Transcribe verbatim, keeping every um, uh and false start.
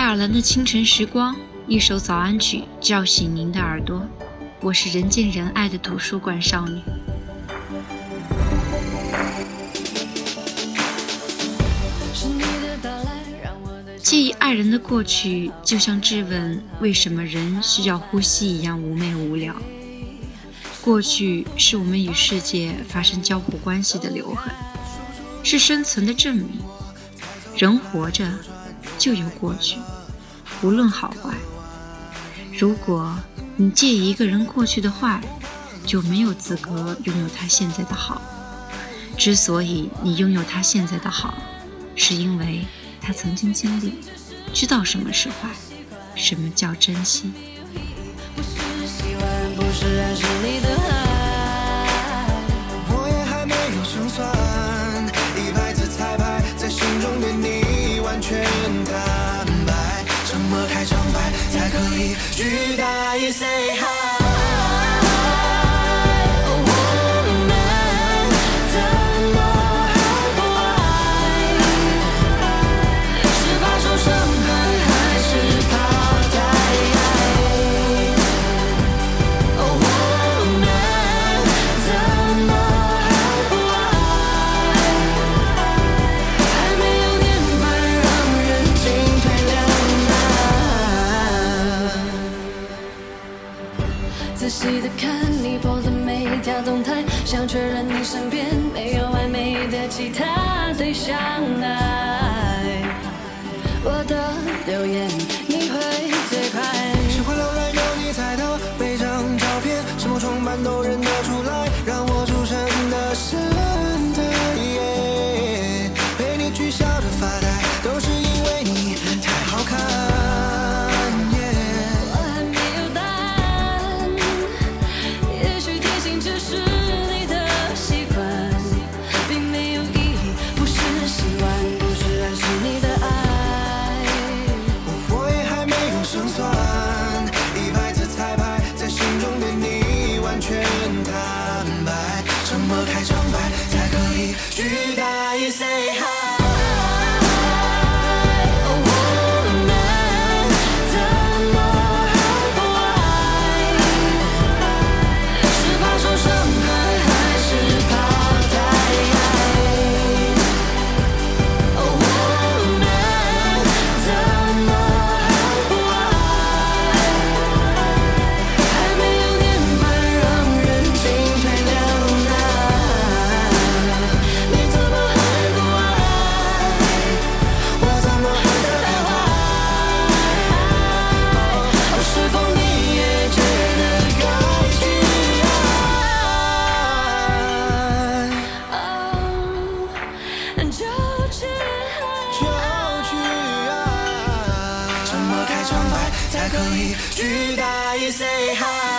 尔兰的清晨时光，一首早安曲叫醒您的耳朵。我是人见人爱的图书馆少女。记忆爱人的过去，就像质问为什么人需要呼吸一样妩媚无聊。过去是我们与世界发生交互关系的留痕，是生存的证明。人活着就有过去，无论好坏。如果你介意一个人过去的坏，就没有资格拥有他现在的好。之所以你拥有他现在的好，是因为他曾经经历，知道什么是坏，什么叫珍惜。 不是喜欢，不是认识你的爱，我也还没有胜算，一百次彩排，在心中对你完全坦白，怎么开场白才可以去大意 say hi。仔细的看你 po 的每一条动态，想确认你身边没有暧昧的其他对象爱我的留言你会最快，喜欢浏览有你抬头每张照片，什么装扮都认得出来，让我出神的神态，被你取笑的发呆都是因为你太好看。去大意 say hi。 才可以去大意 say hi。